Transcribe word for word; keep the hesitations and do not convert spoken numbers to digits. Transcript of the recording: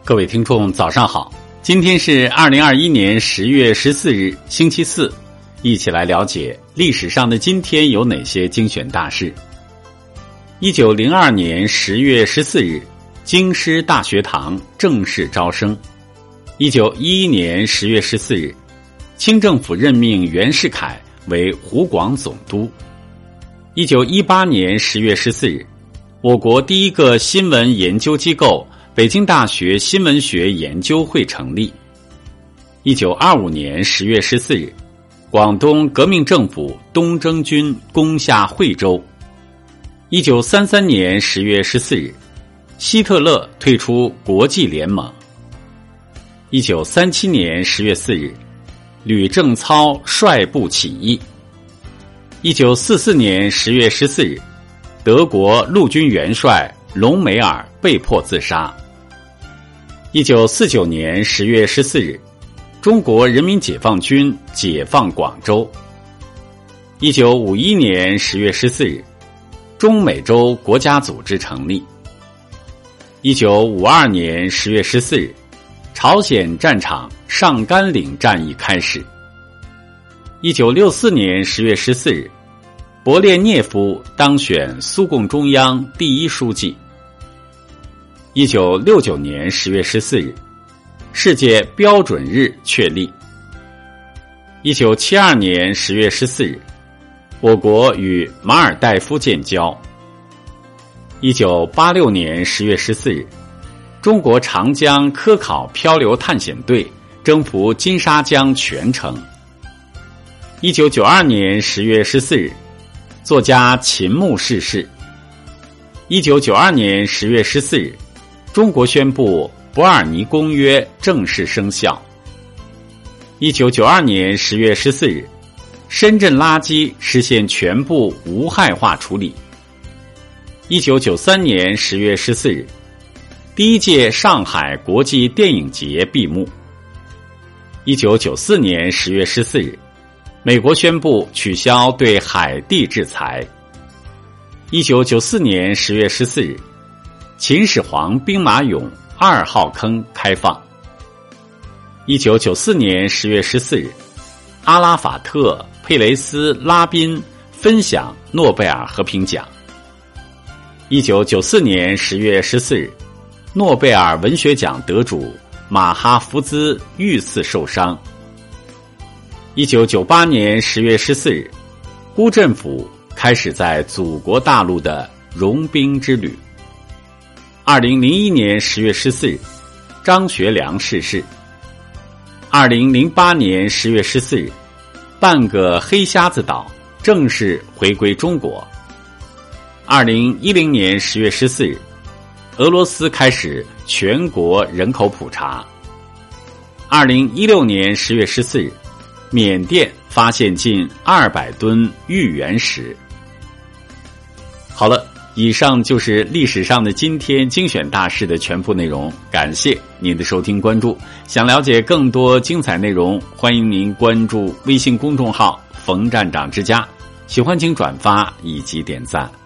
各位听众早上好，今天是二零二一年十月十四日星期四，一起来了解历史上的今天有哪些精选大事。一九零二年十月十四日，京师大学堂正式招生。一九一一年十月十四日，清政府任命袁世凯为湖广总督。一九一八年十月十四日，我国第一个新闻研究机构北京大学新闻学研究会成立。一九二五年十月十四日，广东革命政府东征军攻下惠州。一九三三年十月十四日，希特勒退出国际联盟。一九三七年十月四日，吕正操率部起义。一九四四年十月十四日，德国陆军元帅隆美尔被迫自杀。一九四九年十月十四日，中国人民解放军解放广州。一九五一年十月十四日，中美洲国家组织成立。一九五二年十月十四日，朝鲜战场上甘岭战役开始。一九六四年十月十四日，勃列涅夫当选苏共中央第一书记。一九六九年十月十四日，世界标准日确立。一九七二年十月十四日，我国与马尔代夫建交。一九八六年十月十四日，中国长江科考漂流探险队征服金沙江全程。一九九二年十月十四日，作家秦牧逝世。一九九二年十月十四日，中国宣布伯尔尼公约正式生效。一九九二年十月十四日，深圳垃圾实现全部无害化处理。一九九三年十月十四日，第一届上海国际电影节闭幕。一九九四年十月十四日，美国宣布取消对海地制裁。一九九四年十月十四日，秦始皇兵马俑二号坑开放。一九九四年十月十四日，阿拉法特、佩雷斯、拉宾分享诺贝尔和平奖。一九九四年十月十四日，诺贝尔文学奖得主马哈福兹遇刺受伤。一九九八年十月十四日，辜振甫开始在祖国大陆的融冰之旅。二零零一年十月十四日，张学良逝世。二零零八年十月十四日，半个黑瞎子岛正式回归中国。二零一零年十月十四日，俄罗斯开始全国人口普查。二零一六年十月十四日，缅甸发现近二百吨玉原石。好了，以上就是历史上的今天精选大事的全部内容，感谢您的收听关注。想了解更多精彩内容，欢迎您关注微信公众号冯站长之家，喜欢请转发以及点赞。